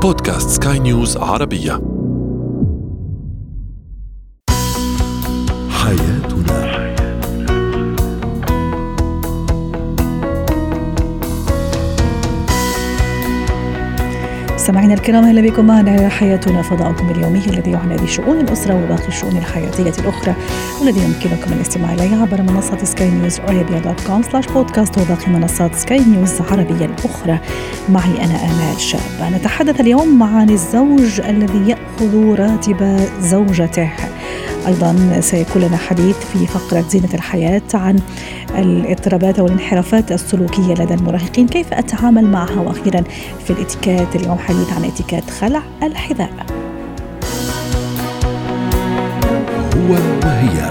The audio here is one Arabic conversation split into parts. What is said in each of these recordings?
بودكاست سكاي نيوز عربية. حياتنا. سمعنا الكرام، أهلا بكم معنا حياتنا، فضاؤكم اليومي الذي يعنى بشؤون الأسرة وباقي الشؤون الحياتية الأخرى، والذي يمكنكم الاستماع إليه عبر منصة سكاي نيوز arabia.com/podcast وباقي منصات سكاي نيوز العربية الأخرى. معي أنا آمال شاب. نتحدث اليوم عن الزوج الذي يأخذ راتب زوجته. أيضا سيكون لنا حديث في فقرة زينة الحياة عن الاضطرابات والانحرافات السلوكية لدى المراهقين، كيف أتعامل معها. وأخيرا في الاتيكيت اليوم حديث عن اتيكيت خلع الحذاء. هو وهي.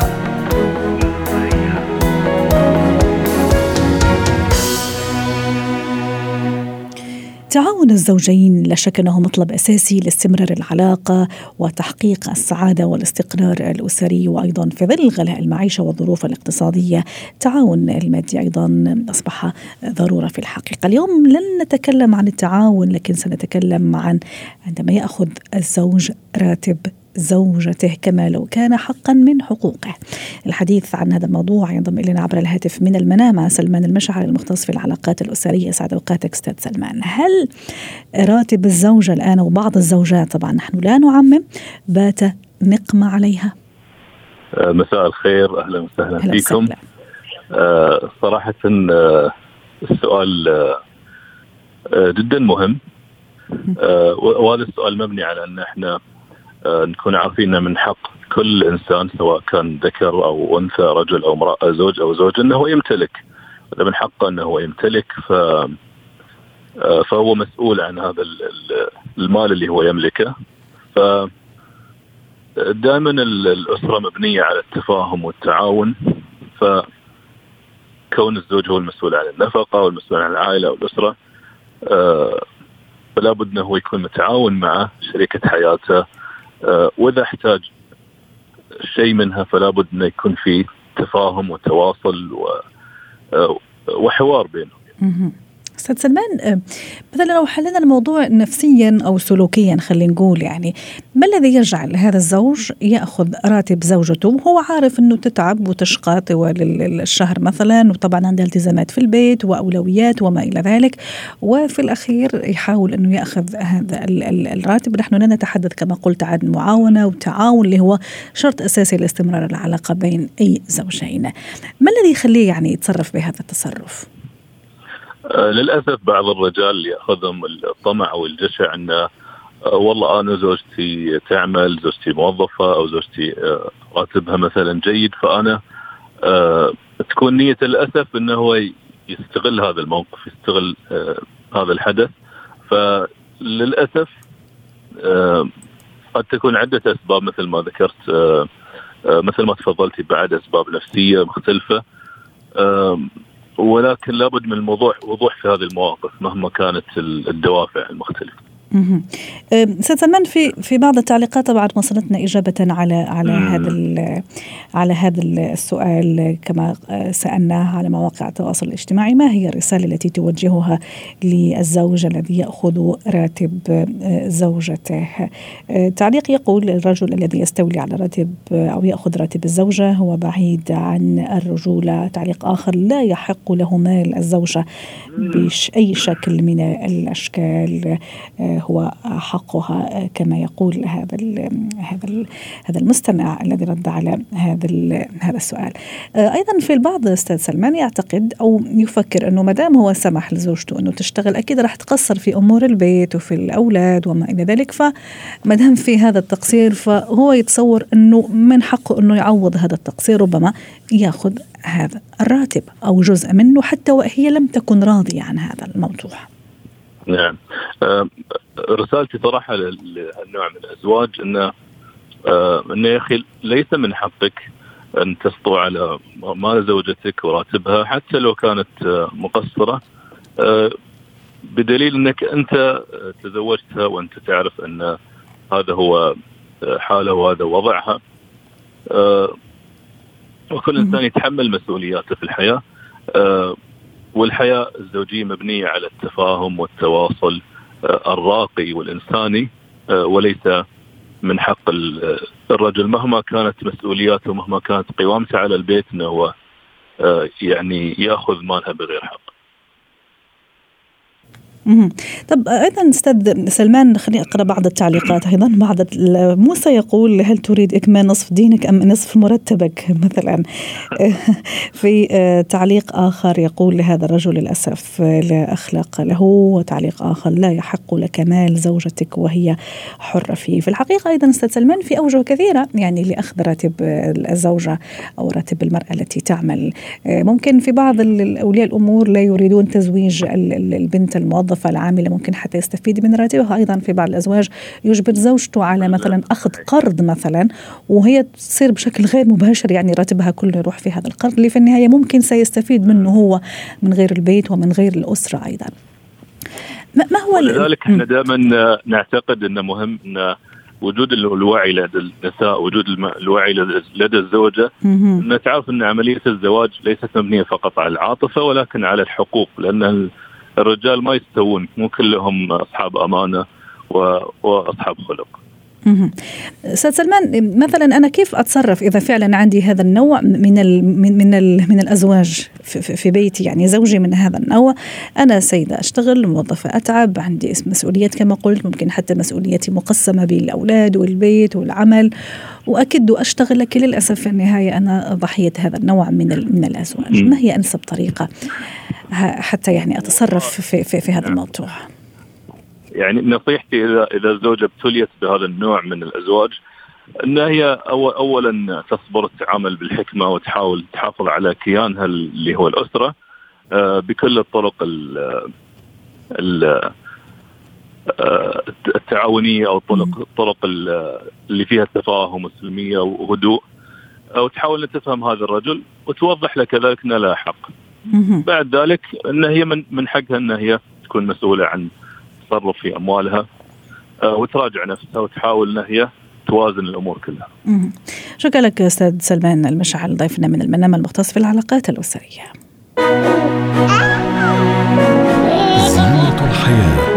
تعاون الزوجين لا شك أنه مطلب أساسي لاستمرار العلاقة وتحقيق السعادة والاستقرار الأسري، وأيضا في ظل غلاء المعيشة والظروف الاقتصادية التعاون المادي أيضا أصبح ضرورة في الحقيقة. اليوم لن نتكلم عن التعاون، لكن سنتكلم عن عندما يأخذ الزوج راتب زوجته كما لو كان حقا من حقوقه. الحديث عن هذا الموضوع ينضم إلينا عبر الهاتف من المنامة سلمان المشعل، المختص في العلاقات الأسرية. سعد أوقاتك أستاذ سلمان. هل راتب الزوجة الآن وبعض الزوجات، طبعا نحن لا نعمم، بات نقمة عليها؟ مساء الخير، أهلا وسهلا فيكم. صراحة السؤال جدا مهم، وهذا السؤال مبني على أن احنا نكون عارفين من حق كل إنسان سواء كان ذكر أو أنثى، رجل أو امرأة، زوج أو زوج، أنه يمتلك. هذا من حقه أنه يمتلك، فهو مسؤول عن هذا المال اللي هو يملكه. فدائما الأسرة مبنية على التفاهم والتعاون، فكون الزوج هو المسؤول عن النفقة والمسؤول عن العائلة والأسرة، فلا بد أنه يكون متعاون مع شريكة حياته، وإذا احتاج شيء منها فلا بد أن يكون في تفاهم وتواصل وحوار بينهم. أستاذ سلمان، مثلا لو حلنا الموضوع نفسيا أو سلوكيا، خلينا نقول يعني ما الذي يجعل هذا الزوج يأخذ راتب زوجته وهو عارف أنه تتعب وتشقى طوال الشهر مثلا، وطبعا عنده التزامات في البيت وأولويات وما إلى ذلك، وفي الأخير يحاول أنه يأخذ هذا الراتب؟ نحن لا نتحدث كما قلت عن معاونة وتعاون اللي هو شرط أساسي لاستمرار العلاقة بين أي زوجين. ما الذي يخليه يعني يتصرف بهذا التصرف؟ للأسف بعض الرجال يأخذهم الطمع والجشع أنه والله أنا زوجتي تعمل، زوجتي موظفة، أو زوجتي راتبها مثلا جيد، فأنا تكون نية للأسف أنه هو يستغل هذا الموقف، يستغل هذا الحدث. فللأسف قد تكون عدة أسباب مثل ما ذكرت، مثل ما تفضلتي، بعد أسباب نفسية مختلفة، ولكن لابد من الموضوع وضوح في هذه المواقف مهما كانت الدوافع المختلفة. أستاذ سلمان، في بعض التعليقات طبعا وصلتنا إجابة على هذا السؤال كما سألناه على مواقع التواصل الاجتماعي. ما هي الرسالة التي توجهها للزوج الذي يأخذ راتب زوجته؟ تعليق يقول: الرجل الذي يستولي على راتب أو يأخذ راتب الزوجة هو بعيد عن الرجولة. تعليق آخر: لا يحق له مال الزوجة بأي شكل من الأشكال، هو حقها، كما يقول هذا المستمع الذي رد على هذا السؤال. أيضا في البعض أستاذ سلمان يعتقد أو يفكر أنه مدام هو سمح لزوجته أنه تشتغل، أكيد راح تقصر في أمور البيت وفي الأولاد وما إلى ذلك، فمدام في هذا التقصير فهو يتصور أنه من حقه أنه يعوض هذا التقصير، ربما يأخذ هذا الراتب أو جزء منه حتى وهي لم تكن راضية عن هذا الموضوع. نعم، رسالتي صراحة للنوع من الأزواج إنه يا أخي ليس من حقك أن تسطو على مال زوجتك وراتبها حتى لو كانت مقصرة، بدليل أنك أنت تزوجتها وأنت تعرف أن هذا هو حاله وهذا وضعها، وكل إنسان يتحمل مسؤولياته في الحياة، والحياة الزوجية مبنية على التفاهم والتواصل الراقي والإنساني، وليس من حق الرجل مهما كانت مسؤولياته ومهما كانت قوامته على البيت أنه هو يعني يأخذ مالها بغير حق. طب أيضا أستاذ سلمان، خليني أقرأ بعض التعليقات أيضا. موسى يقول: هل تريد إكمال نصف دينك أم نصف مرتبك مثلا؟ في تعليق آخر يقول لهذا الرجل: للأسف لا أخلاق له. وتعليق آخر: لا يحق لك مال زوجتك وهي حرة فيه. في الحقيقة أيضا أستاذ سلمان في أوجه كثيرة يعني لأخذ راتب الزوجة أو راتب المرأة التي تعمل. ممكن في بعض أولياء الأمور لا يريدون تزويج البنت الموظفة العاملة، ممكن حتى يستفيد من راتبها. أيضا في بعض الأزواج يجبر زوجته على مثلا أخذ قرض مثلا، وهي تصير بشكل غير مباشر يعني راتبها كله يروح في هذا القرض اللي في النهاية ممكن سيستفيد منه هو من غير البيت ومن غير الأسرة أيضا. ما هو لذلك احنا دائما نعتقد أنه مهم أن وجود الوعي لدى النساء، وجود الوعي لدى الزوجة، نتعرف أن عملية الزواج ليست مبنية فقط على العاطفة ولكن على الحقوق، لأن الرجال ما يستوون، مو كلهم أصحاب أمانة وأصحاب خلق. أستاذ سلمان، مثلا أنا كيف أتصرف إذا فعلا عندي هذا النوع من الأزواج في بيتي؟ يعني زوجي من هذا النوع، أنا سيدة أشتغل، موظفة أتعب، عندي مسؤوليات كما قلت، ممكن حتى مسؤوليتي مقسمة بين الأولاد والبيت والعمل، وأكد أشتغل، لكن للأسف في النهاية أنا ضحية هذا النوع من الأزواج. ما هي أنسب طريقة حتى يعني أتصرف في هذا الموضوع؟ يعني نصيحتي إذا الزوجة ابتليت بهذا النوع من الأزواج، أن هي أولا تصبر، التعامل بالحكمة، وتحاول تحافظ على كيانها اللي هو الأسرة بكل الطرق التعاونية أو الطرق اللي فيها التفاهم والسلمية وهدوء، وتحاول أن تفهم هذا الرجل وتوضح له كذلك أنه لا حق. بعد ذلك أن هي من حقها أن هي تكون مسؤولة عن تصرف في أموالها، وتراجع نفسها وتحاول أن هي توازن الأمور كلها. شكرا لك أستاذ سلمان المشعل، ضيفنا من المنام المختص في العلاقات الأسرية. زينة الحياة.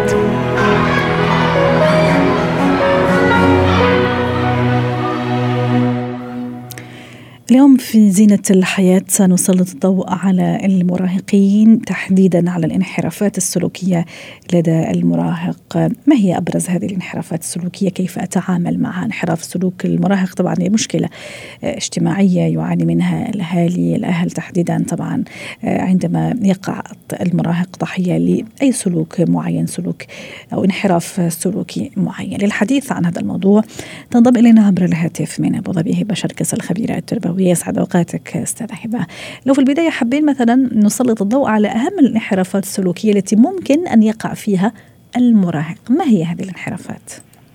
اليوم في زينة الحياة سنسلط الضوء على المراهقين، تحديدا على الانحرافات السلوكية لدى المراهق. ما هي أبرز هذه الانحرافات السلوكية؟ كيف أتعامل معها؟ انحراف سلوك المراهق طبعا هي مشكلة اجتماعية يعاني منها الأهل تحديدا طبعا عندما يقع المراهق ضحية لأي سلوك معين، سلوك أو انحراف سلوكي معين. للحديث عن هذا الموضوع تنضم إلينا عبر الهاتف من أبو ظبي هبة شركس، الخبيرة التربوية. يسعد أوقاتك أستاذة هبة. لو في البداية حابين مثلا نسلط الضوء على أهم الانحرافات السلوكية التي ممكن أن يقع فيها المراهق، ما هي هذه الانحرافات؟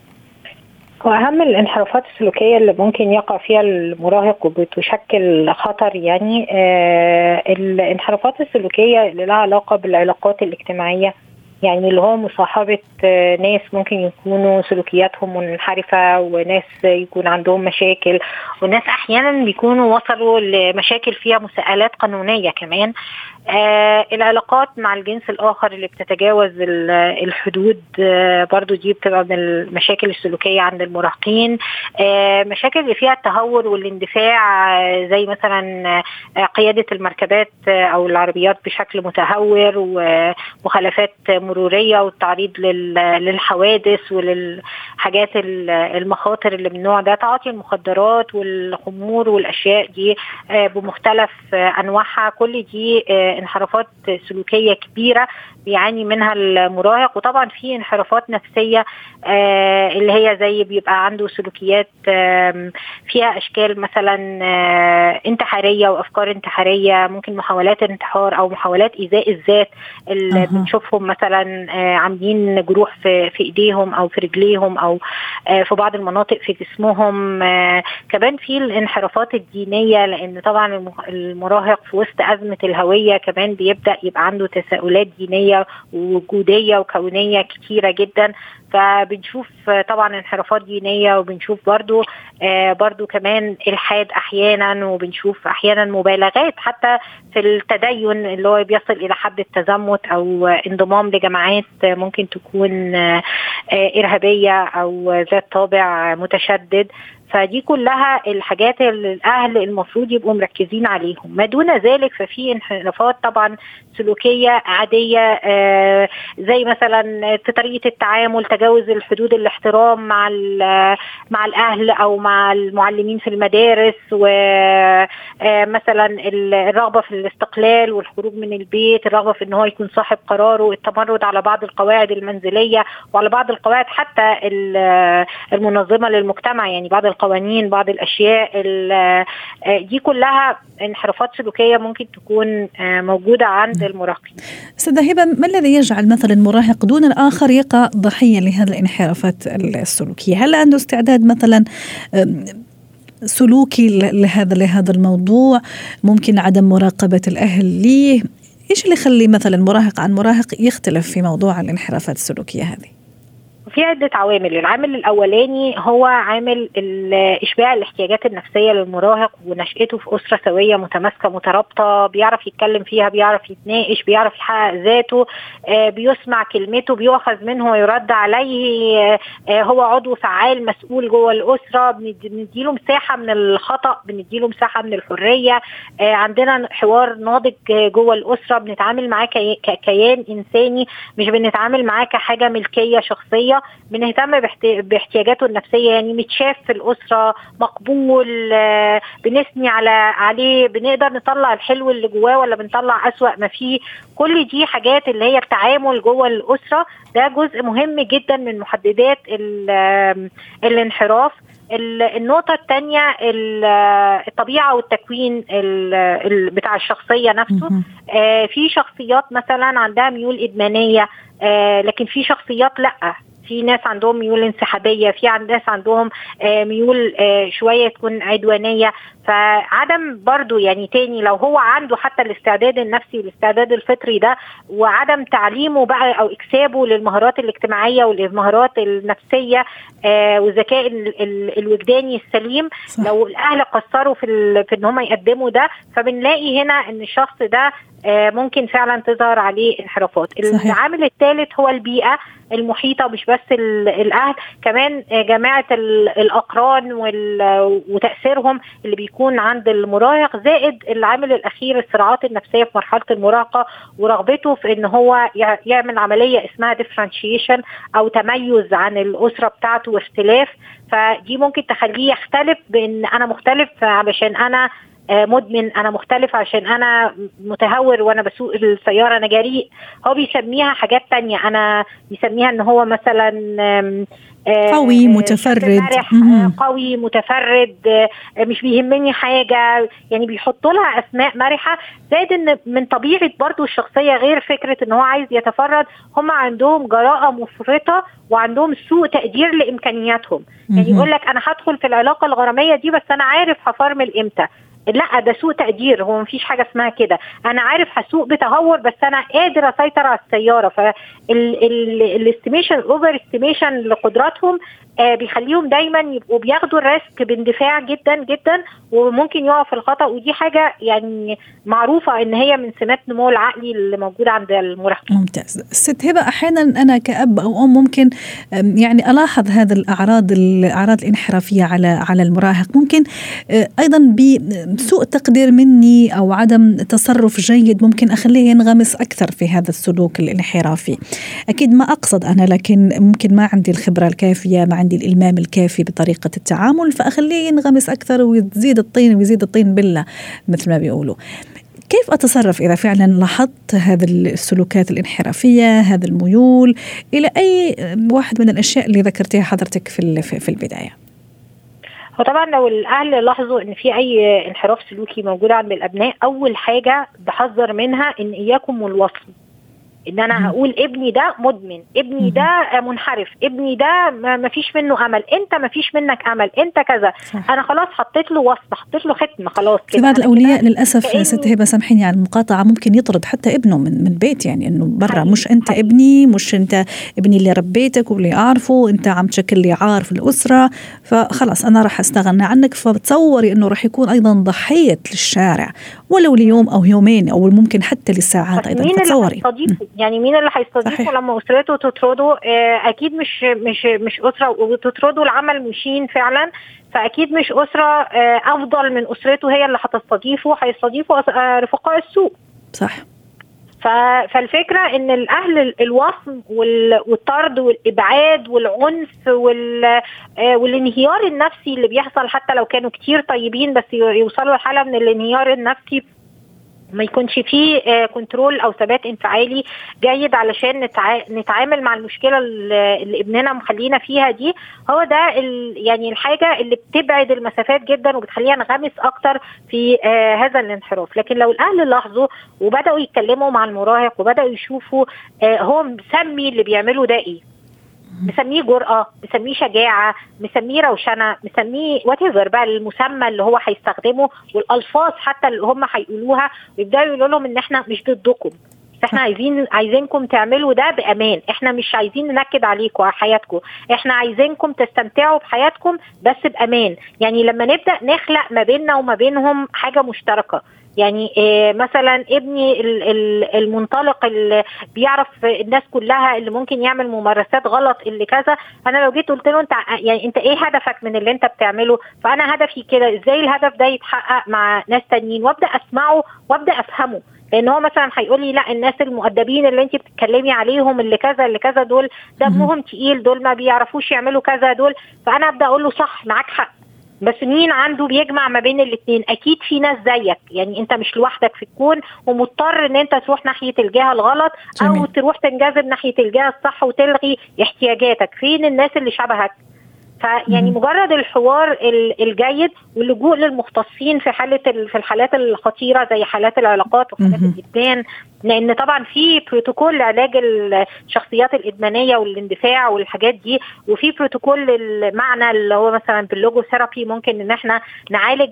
وأهم الانحرافات السلوكية اللي ممكن يقع فيها المراهق وبتشكل خطر يعني الانحرافات السلوكية اللي لها علاقة بالعلاقات الاجتماعية، يعني اللي هو مصاحبة ناس ممكن يكونوا سلوكياتهم منحرفة، وناس يكون عندهم مشاكل، وناس أحيانا بيكونوا وصلوا لمشاكل فيها مساءلات قانونية كمان. العلاقات مع الجنس الآخر اللي بتتجاوز الحدود برضو دي بتبقى من المشاكل السلوكية عند المراهقين. مشاكل اللي فيها التهور والاندفاع، زي مثلا قيادة المركبات أو العربيات بشكل متهور، ومخالفات مرورية، والتعريض للحوادث وللحاجات المخاطر اللي من النوع ده، تعاطي المخدرات والخمور والأشياء دي بمختلف أنواعها. كل دي انحرافات سلوكية كبيرة بيعاني منها المراهق. وطبعا في انحرافات نفسية اللي هي زي بيبقى عنده سلوكيات فيها أشكال مثلا انتحارية وأفكار انتحارية، ممكن محاولات انتحار أو محاولات إيذاء الذات اللي بنشوفهم مثلا عاملين جروح في إيديهم أو في رجليهم أو في بعض المناطق في جسمهم. كمان في الانحرافات الدينية، لأن طبعا المراهق في وسط أزمة الهوية كمان بيبدأ يبقى عنده تساؤلات دينية ووجودية وكونية كتيرة جدا، فبنشوف طبعا انحرافات دينية، وبنشوف برضو كمان إلحاد أحيانا، وبنشوف أحيانا مبالغات حتى في التدين اللي هو بيصل إلى حد التزمت أو انضمام لجماعات ممكن تكون إرهابية أو ذات طابع متشدد. فدي كلها الحاجات اللي الأهل المفروض يبقوا مركزين عليهم. ما دون ذلك ففي انحرافات طبعا سلوكية عادية، زي مثلا في طريقة التعامل، تجاوز الحدود، الاحترام مع الأهل أو مع المعلمين في المدارس، ومثلا الرغبة في الاستقلال والخروج من البيت، الرغبة في ان هو يكون صاحب قراره، التمرد على بعض القواعد المنزلية وعلى بعض القواعد حتى المنظمة للمجتمع، يعني بعض القوانين، بعض الأشياء. دي كلها انحرافات سلوكية ممكن تكون موجودة عند المراهقين. أستاذة هبة، ما الذي يجعل مثلا المراهق دون الآخر يقع ضحية لهذه الانحرافات السلوكية؟ هل عنده استعداد مثلا سلوكي لهذا الموضوع؟ ممكن عدم مراقبة الأهل ليه؟ إيش اللي يخلي مثلا مراهق عن مراهق يختلف في موضوع الانحرافات السلوكية هذه؟ في عدة عوامل. العامل الأولاني هو عامل إشباع الاحتياجات النفسية للمراهق ونشأته في أسرة سوية متماسكة مترابطة، بيعرف يتكلم فيها، بيعرف يتناقش، بيعرف يحقق ذاته، بيسمع كلمته، بيؤخذ منه ويرد عليه، هو عضو فعال مسؤول جوه الأسرة، بنديله مساحة من الخطأ، بنديله مساحة من الحرية، عندنا حوار ناضج جوه الأسرة، بنتعامل معاه ككيان إنساني، مش بنتعامل معاه كحاجة ملكية شخصية، بنهتم باحتياجاته النفسية، يعني متشاف في الأسرة، مقبول، بنثني عليه، بنقدر نطلع الحلو اللي جواه ولا بنطلع أسوأ ما فيه. كل دي حاجات اللي هي التعامل جوه الأسرة، ده جزء مهم جدا من محددات الانحراف. النقطة الثانية الطبيعة والتكوين بتاع الشخصية نفسه. في شخصيات مثلا عندها ميول إدمانية، لكن في شخصيات لأ، في ناس عندهم ميول انسحابية، في ناس عندهم ميول شوية تكون عدوانية. فعدم برضو يعني تاني لو هو عنده حتى الاستعداد النفسي والاستعداد الفطري ده، وعدم تعليمه بقى أو إكسابه للمهارات الاجتماعية والمهارات النفسية والذكاء الوجداني السليم، صح. لو الأهل قصروا في إن هم يقدموا ده، فبنلاقي هنا إن الشخص ده ممكن فعلا تظهر عليه انحرافات. العامل الثالث هو البيئة المحيطة، مش بس الأهل، كمان جماعة الأقران وتأثيرهم اللي بيكون عند المراهق، زائد العامل الأخير الصراعات النفسية في مرحلة المراهقة ورغبته في إن هو يعمل عملية اسمها differentiation أو تميز عن الأسرة بتاعته واختلاف. فدي ممكن تخليه يختلف، بإن أنا مختلف علشان أنا مدمن، أنا مختلف عشان أنا متهور وأنا بسوق السيارة، أنا جريء. هو بيسميها حاجات تانية، أنا بيسميها إن هو مثلا قوي متفرد، قوي متفرد، مش بيهمني حاجة، يعني بيحطوا لها أسماء مرحة. زائد إن من طبيعة برضو الشخصية، غير فكرة إن هو عايز يتفرد، هم عندهم جراءة مفرطة وعندهم سوء تقدير لإمكانياتهم. يعني يقول لك أنا هدخل في العلاقة الغرامية دي بس أنا عارف هفرمل إمتى. لا، ده سوء تقدير، هو مفيش حاجة اسمها كده. أنا عارف هسوق بتهور بس أنا قادر أسيطر على السيارة. فالاستيميشن الأوفر استيميشن لقدراتهم بيخليهم دايما يبقوا بياخدوا الريسك باندفاع جدا جدا، وممكن يقعوا في الخطأ. ودي حاجة يعني معروفة ان هي من سمات نمو العقلي اللي موجودة عند المراهقين. ممتاز. ست هبة، احيانا انا كأب او ام ممكن يعني الاحظ هذا الاعراض الانحرافية على المراهق، ممكن ايضا بسوء تقدير مني او عدم تصرف جيد ممكن اخليه ينغمس اكثر في هذا السلوك الانحرافي. اكيد ما اقصد انا، لكن ممكن ما عندي الخبرة الكافية، ما عندي الإلمام الكافي بطريقة التعامل، فأخليه ينغمس أكثر ويزيد الطين بلة مثل ما بيقولوا. كيف أتصرف إذا فعلا لاحظت هذه السلوكات الانحرافية، هذا الميول إلى أي واحد من الأشياء اللي ذكرتها حضرتك في البداية؟ وطبعا لو الأهل لاحظوا إن في أي انحراف سلوكي موجود عند الأبناء، أول حاجة بحذر منها إن إياكم والوصل. ان انا اقول ابني ده مدمن، ابني ده منحرف، ابني ده ما فيش منه امل، انت ما فيش منك امل، انت كذا. صح. انا خلاص حطيت له وصف، حطيت له ختم خلاص كده. في بعض الاولياء للاسف ست هبه سامحيني على المقاطعه ممكن يطرد حتى ابنه من بيت، يعني انه برا، مش انت ابني، مش انت ابني اللي ربيتك واللي اعرفه، انت عم تشكل لي عار في الاسره، فخلاص انا راح استغنى عنك. فبتصوري انه راح يكون ايضا ضحيه للشارع ولو ليوم او يومين او ممكن حتى للساعات ايضا. فتصوري يعني مين اللي هيستضيفه لما اسرته تطرده؟ اكيد مش اسره، وتطرده العمل مشين فعلا، فاكيد مش اسره افضل من اسرته هي اللي هتستضيفه، هيستضيفوا رفقاء السوء. صح. فالفكره ان الاهل الوصم والطرد والابعاد والعنف والانهيار النفسي اللي بيحصل، حتى لو كانوا كتير طيبين بس يوصلوا لحاله من الانهيار النفسي، ما يكونش فيه كنترول او ثبات انفعالي جيد علشان نتعامل مع المشكله اللي ابننا مخلينا فيها دي. هو ده يعني الحاجه اللي بتبعد المسافات جدا وبتخلينا نغمس اكتر في هذا الانحراف. لكن لو الاهل لاحظوا وبداوا يتكلموا مع المراهق وبداوا يشوفوا هو مسمي اللي بيعمله ده ايه، مسميه جرأة، مسميه شجاعة، مسميه روشنة، مسميه whatever بقى المسمى اللي هو هيستخدمه، والألفاظ حتى اللي هم هيقولوها، ويبدأوا يقولوا لهم ان احنا مش ضدكم، احنا عايزينكم تعملوا ده بأمان، احنا مش عايزين ننكد عليكم على حياتكم، احنا عايزينكم تستمتعوا بحياتكم بس بأمان. يعني لما نبدأ نخلق ما بيننا وما بينهم حاجة مشتركة، يعني مثلا ابني المنطلق اللي بيعرف الناس كلها اللي ممكن يعمل ممارسات غلط اللي كذا، انا لو جيت قلت له انت ايه هدفك من اللي انت بتعمله، فانا هدفي كده، ازاي الهدف ده يتحقق مع ناس تانيين، وابدا اسمعه وابدا افهمه. لان هو مثلا هيقول لي لا الناس المؤدبين اللي انت بتتكلمي عليهم اللي كذا اللي كذا دول دمهم تقيل، دول ما بيعرفوش يعملوا كذا دول، فانا ابدا اقول له صح معاك حق، بس مين عنده بيجمع ما بين الاثنين؟ اكيد في ناس زيك، يعني انت مش لوحدك في الكون ومضطر ان انت تروح ناحية الجهة الغلط او تروح تنجذب ناحية الجهة الصح وتلغي احتياجاتك. فين الناس اللي شبهك؟ فيعني مجرد الحوار الجيد واللجوء للمختصين في الحالات الخطيرة زي حالات العلاقات وحالات الإدمان، لأن طبعا في بروتوكول لعلاج الشخصيات الإدمانية والاندفاع والحاجات دي، وفي بروتوكول المعنى اللي هو مثلا باللوجو ثيرابي ممكن ان احنا نعالج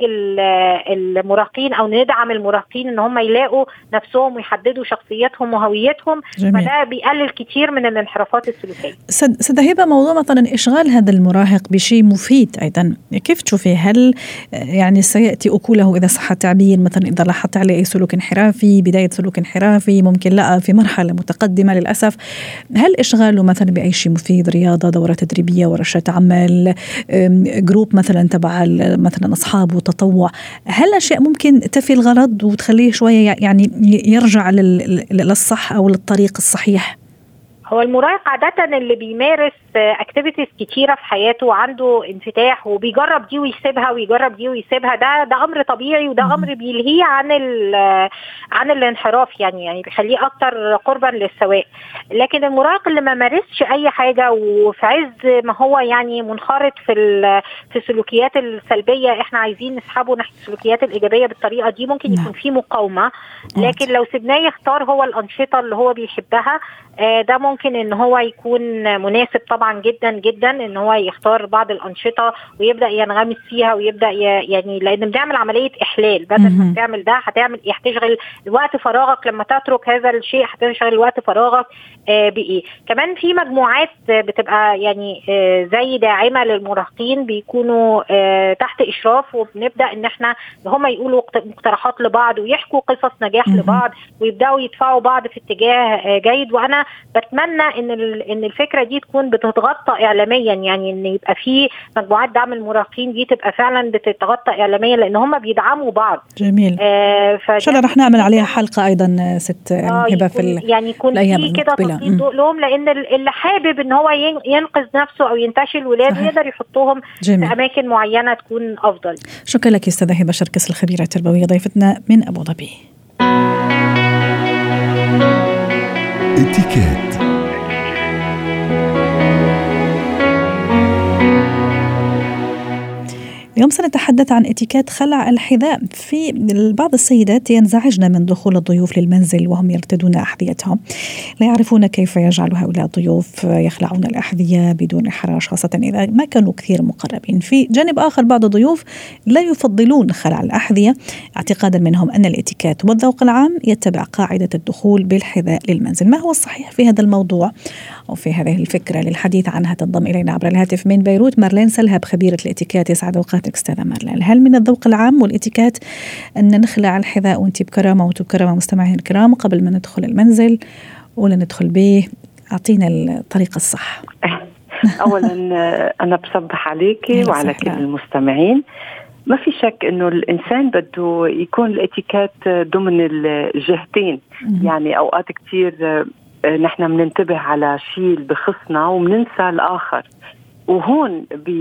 المراهقين او ندعم المراهقين ان هم يلاقوا نفسهم ويحددوا شخصيتهم وهويتهم. فده بيقلل كتير من الانحرافات السلوكية. سيدة هبة، موضوع مثلا إشغال هذا المراهق بشيء مفيد أيضا، كيف تشوفي؟ هل يعني سيأتي أكله إذا صح التعبير؟ مثلا إذا لاحظت عليه سلوك انحرافي، بداية سلوك انحرافي، ممكن لا في مرحلة متقدمة للأسف، هل إشغاله مثلا بأي شيء مفيد، رياضة، دورة تدريبية، ورشة عمل، جروب مثلا تبع مثلا أصحاب وتطوع، هل أشياء ممكن تفي الغرض وتخليه شوية يعني يرجع للصح أو للطريق الصحيح؟ هو المراهق عادة اللي بيمارس اكتيفيتيز كتيرة في حياته وعنده انفتاح وبيجرب دي ويسيبها ويجرب دي ويسيبها، ده امر طبيعي، وده امر بيلهيه عن الانحراف، يعني بيخليه اكتر قربا للسواء. لكن المراهق اللي ما مارسش اي حاجة وفي عز ما هو يعني منخرط في السلوكيات السلبية، احنا عايزين نسحبه ناحية السلوكيات الايجابية بالطريقة دي، ممكن يكون فيه مقاومة. لكن لو سيبناه يختار هو الانشطة اللي هو بيحبها، ده ممكن ان هو يكون مناسب طبعا جدا جدا، ان هو يختار بعض الانشطه ويبدا ينغمس فيها ويبدا يعني، لان بنعمل عمليه احلال، بدل ما تعمل ده هتشغل وقت فراغك، لما تترك هذا الشيء هتشغل وقت فراغك بايه. كمان في مجموعات بتبقى يعني زي داعمه للمراهقين، بيكونوا تحت اشراف، وبنبدا ان احنا هم يقولوا مقترحات لبعض ويحكوا قصص نجاح لبعض ويبداوا يدفعوا بعض في اتجاه جيد. وانا بتمنى ان الفكره دي تكون بتتغطى اعلاميا، يعني ان يبقى في مجموعات دعم المراهقين دي تبقى فعلا بتتغطى اعلاميا، لان هم بيدعموا بعض. جميل. ان شاء الله رح نعمل عليها حلقه ايضا ست هبه في يعني يكون في كده تسليط ضوء لهم، لان اللي حابب ان هو ينقذ نفسه او ينتشل ولاده يقدر يحطهم في اماكن معينه تكون افضل. شكرا لك استاذه هبه شركس، الخبيره التربويه، ضيفتنا من ابو ظبي. اتكات. اليوم سنتحدث عن اتيكيت خلع الحذاء. في بعض السيدات ينزعجن من دخول الضيوف للمنزل وهم يرتدون أحذيتهم، لا يعرفون كيف يجعل هؤلاء الضيوف يخلعون الأحذية بدون إحراج، خاصة إذا ما كانوا كثير مقربين. في جانب آخر بعض الضيوف لا يفضلون خلع الأحذية اعتقادا منهم أن الاتيكيت والذوق العام يتبع قاعدة الدخول بالحذاء للمنزل. ما هو الصحيح في هذا الموضوع أو في هذه الفكرة؟ للحديث عنها تنضم إلينا عبر الهاتف من بيروت مارلين سلهب، خبيرة الاتيكيت. يسعد اوقاتك استاذة مارلين. هل من الذوق العام والاتيكيت ان نخلع الحذاء وانت بكرامه وانتم بكرامه مستمعين الكرام قبل ما ندخل المنزل ولا ندخل به؟ اعطينا الطريقه الصح. اولا انا بصبح عليكي وعلى كل المستمعين. ما في شك انه الانسان بده يكون الاتيكيت ضمن الجهتين. يعني اوقات كتير نحن بننتبه على شيء بخصنا وبننسى الاخر، وهون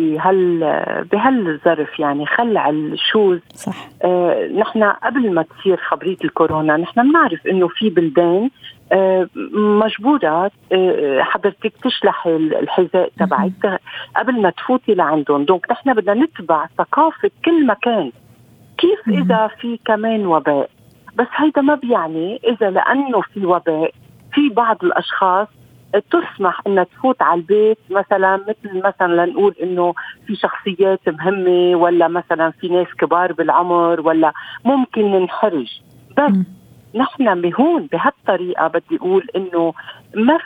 بهالظرف يعني خلع الشوز. صح. نحن قبل ما تصير خبرية الكورونا نحن بنعرف انه في بلدان مجبورة حضرتك تشلحي الحذاء تبعك قبل ما تفوتي لعندهم. دونك نحن بدنا نتبع ثقافة كل مكان. كيف إذا في كمان وباء؟ بس هيدا ما بيعني إذا لأنه في وباء في بعض الأشخاص تسمح أنها تفوت على البيت، مثلا مثلا لنقول أنه في شخصيات مهمة ولا مثلا في ناس كبار بالعمر ولا ممكن ننحرج. بس نحن بهون بهالطريقة بدي أقول أنه ما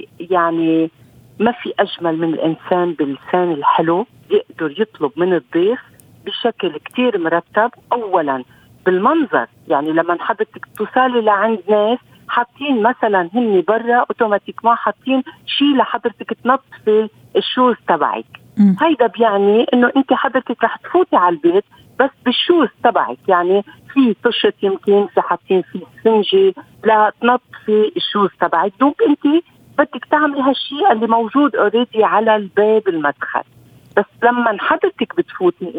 في أجمل من الإنسان بلسان الحلو يقدر يطلب من الضيف بشكل كتير مرتب. أولا بالمنظر، يعني لما حضرتك توصلي لعند ناس حاطين مثلا هني برا اوتوماتيك ما حاطين شيء لحضرتك تنظفي الشوز تبعك، هيدا بيعني انه انت حضرتك رح تفوتي على البيت بس بالشوز تبعك، يعني في طشت يمكن في حاطين في سفنجة لا تنظفي الشوز تبعك. دوك انت بدك تعملي هالشيء اللي موجود اوريدي على الباب المدخل. بس لما حضرتك بتفوتي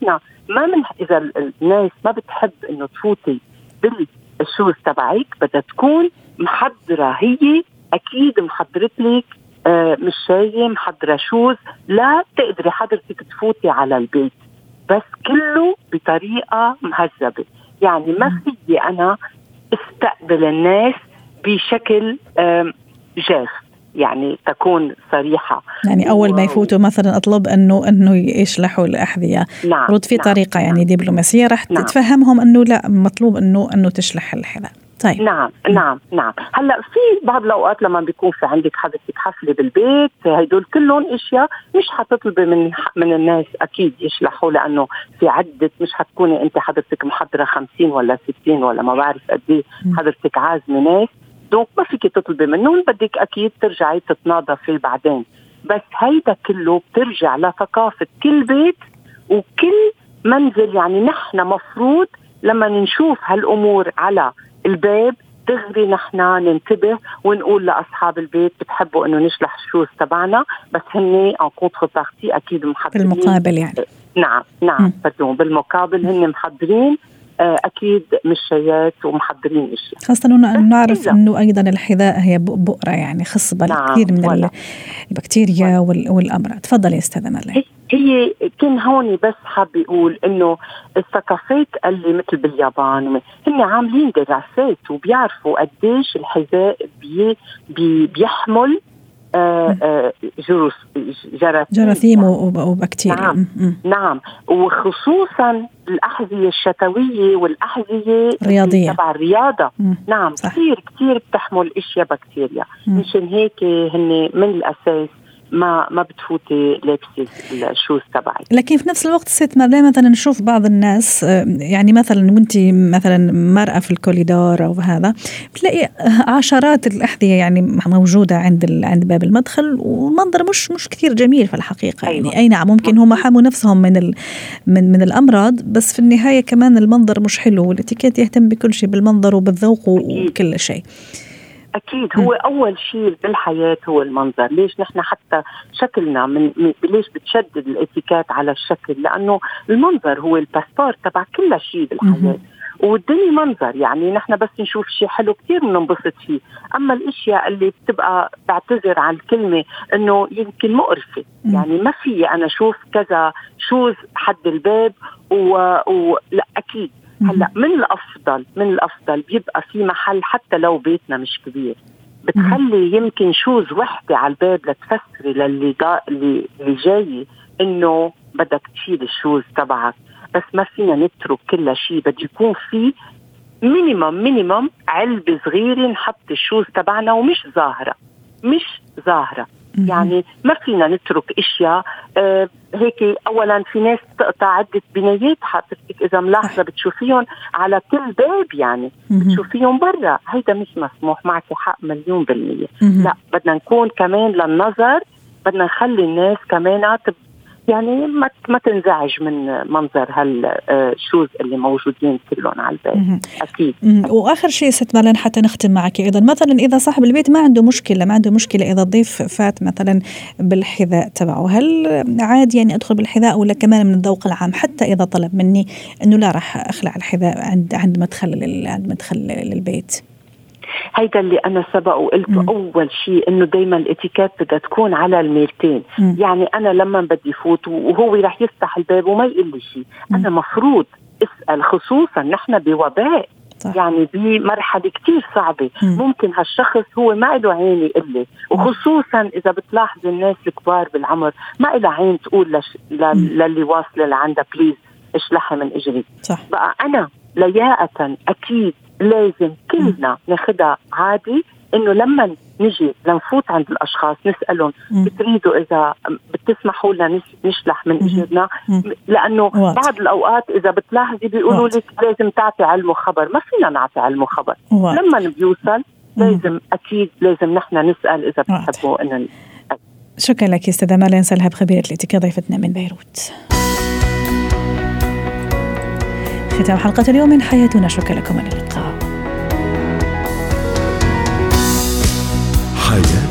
اذا الناس ما بتحب انه تفوتي بالشوز تبعك بدها تكون محضرة. هي اكيد محضرت لك مش شاي محضرة شوز لا تقدري حضرتك تفوتي على البيت، بس كله بطريقة مهذبة. يعني ما في أنا استقبل الناس بشكل جاف، يعني تكون صريحة. يعني أول ما يفوتوا مثلا أطلب أنه يشلحوا الأحذية. نعم. رد في طريقة يعني دبلوماسية رح تفهمهم أنه لا مطلوب أنه تشلح الحذاء. طيب. نعم. هلا في بعض الأوقات لما بيكون في عندك حضرتك حفلة بالبيت هيدول كلهم اشياء مش حتطلبي من الناس اكيد يشلحوا، لانه في عدة مش حتكوني انت حضرتك محضرة 50 ولا 60 ولا ما بعرف قد ايه حضرتك عازمة ناس، دونك ما فيك تطلبي منهم، بدك اكيد ترجعي تتناظفي بعدين. بس هيدا كله بترجع لثقافة كل بيت وكل منزل. يعني نحن مفروض لما نشوف هالامور على الباب دغري نحن ننتبه ونقول لأصحاب البيت بتحبوا انه نشلح الشوز تبعنا، بس هني ان كونتر بارتي اكيد محضرين بالمقابل يعني. نعم بالمقابل هن محضرين اكيد مشيات ومحضرين اشياء. خاصة انه نعرف انه ايضا الحذاء هي بؤرة يعني خصبة كثير من البكتيريا والامراض. تفضلي استاذة مارلين. هي كان هوني بس حاب يقول انه الثقافات اللي مثل باليابان هن عاملين دراسات وبيعرفوا قديش الحذاء بيحمل جراثيم وبكتيريا. نعم وخصوصا الأحذية الشتوية والأحذية الرياضية تبع الرياضة. نعم كتير بتحمل اشياء بكتيريا. مشان هيك هن من الأساس ما بتفوتي لابسة الشوز تبعك. لكن في نفس الوقت ست مارلين مثلا نشوف بعض الناس يعني مثلا وانتي مثلا مرأة في الكوليدور أو هذا بتلاقي عشرات الأحذية يعني موجودة عند باب المدخل والمنظر مش كثير جميل في الحقيقة. أيوة. يعني أي نعم ممكن هم حاموا نفسهم من الأمراض، بس في النهاية كمان المنظر مش حلو، والاتيكيت يهتم بكل شيء بالمنظر وبالذوق وكل شيء. أكيد هو أول شيء بالحياة هو المنظر. ليش نحن حتى شكلنا ليش بتشدد الاتيكيت على الشكل؟ لأنه المنظر هو الباسبور تبع كل شيء بالحياة والدنيا منظر. يعني نحن بس نشوف شيء حلو كتير بننبسط فيه، أما الاشياء اللي بتبقى بعتذر عن الكلمة انه يمكن مقرفة، يعني ما في انا اشوف كذا شوز حد الباب لا أكيد. هلا من الأفضل بيبقى في محل حتى لو بيتنا مش كبير، بتخلي يمكن شوز وحدة على الباب لتفسري للي جاي إنه بدك تشيل الشوز تبعك. بس ما فينا نترك كل شيء، بده يكون في مينيمم علبة صغيرة نحط الشوز تبعنا ومش ظاهرة. يعني ما فينا نترك اشياء هيك. اولا في ناس تقطع عدة بنايات حضرتك اذا ملاحظة بتشوفيهم على كل باب، يعني بتشوفيهم برا. هيدا مش مسموح، معك حق 100%. لا، بدنا نكون كمان للنظر، بدنا نخلي الناس كمان يعني ما تنزعج من منظر هالشوز اللي موجودين كلهم على البيت. أكيد. وآخر شيء ست مارلين حتى نختم معك أيضا، مثلا إذا صاحب البيت ما عنده مشكلة إذا الضيف فات مثلا بالحذاء تبعه، هل عادي يعني أدخل بالحذاء ولا كمان من الذوق العام حتى إذا طلب مني إنه لا راح أخلع الحذاء عند مدخل للبيت؟ هيدا اللي أنا سبق وقلته. أول شيء إنه دايما الاتيكيت بدها تكون على الميلتين. يعني أنا لما بدي فوت وهو راح يفتح الباب وما يقول لي شيء، أنا مفروض أسأل، خصوصا نحن بوباء. يعني بمرحلة كتير صعبة. ممكن هالشخص هو ما له عين يقول لي، وخصوصا إذا بتلاحظ الناس الكبار بالعمر ما له عين تقول للي واصلة لعندها بليز اشلحها من اجري. بقى انا لياقة اكيد لازم كلنا ناخدها عادي، انه لما نجي لنفوت عند الاشخاص نسألهم بتريدوا اذا بتسمحوا لنا نشلح من اجرنا، لانه بعض الاوقات اذا بتلاحظي بيقولوا لك لازم تعطي علم وخبر. ما فينا نعطي علم وخبر. لما بيوصل لازم اكيد لازم نحن نسأل اذا بتحبوا ان. شكرا لك استاذة مارلين سلهب، خبيرة الاتيكيت، ضيفتنا من بيروت. ختام حلقة اليوم من حياتنا، شكرا لكم، إلى اللقاء. حياتنا.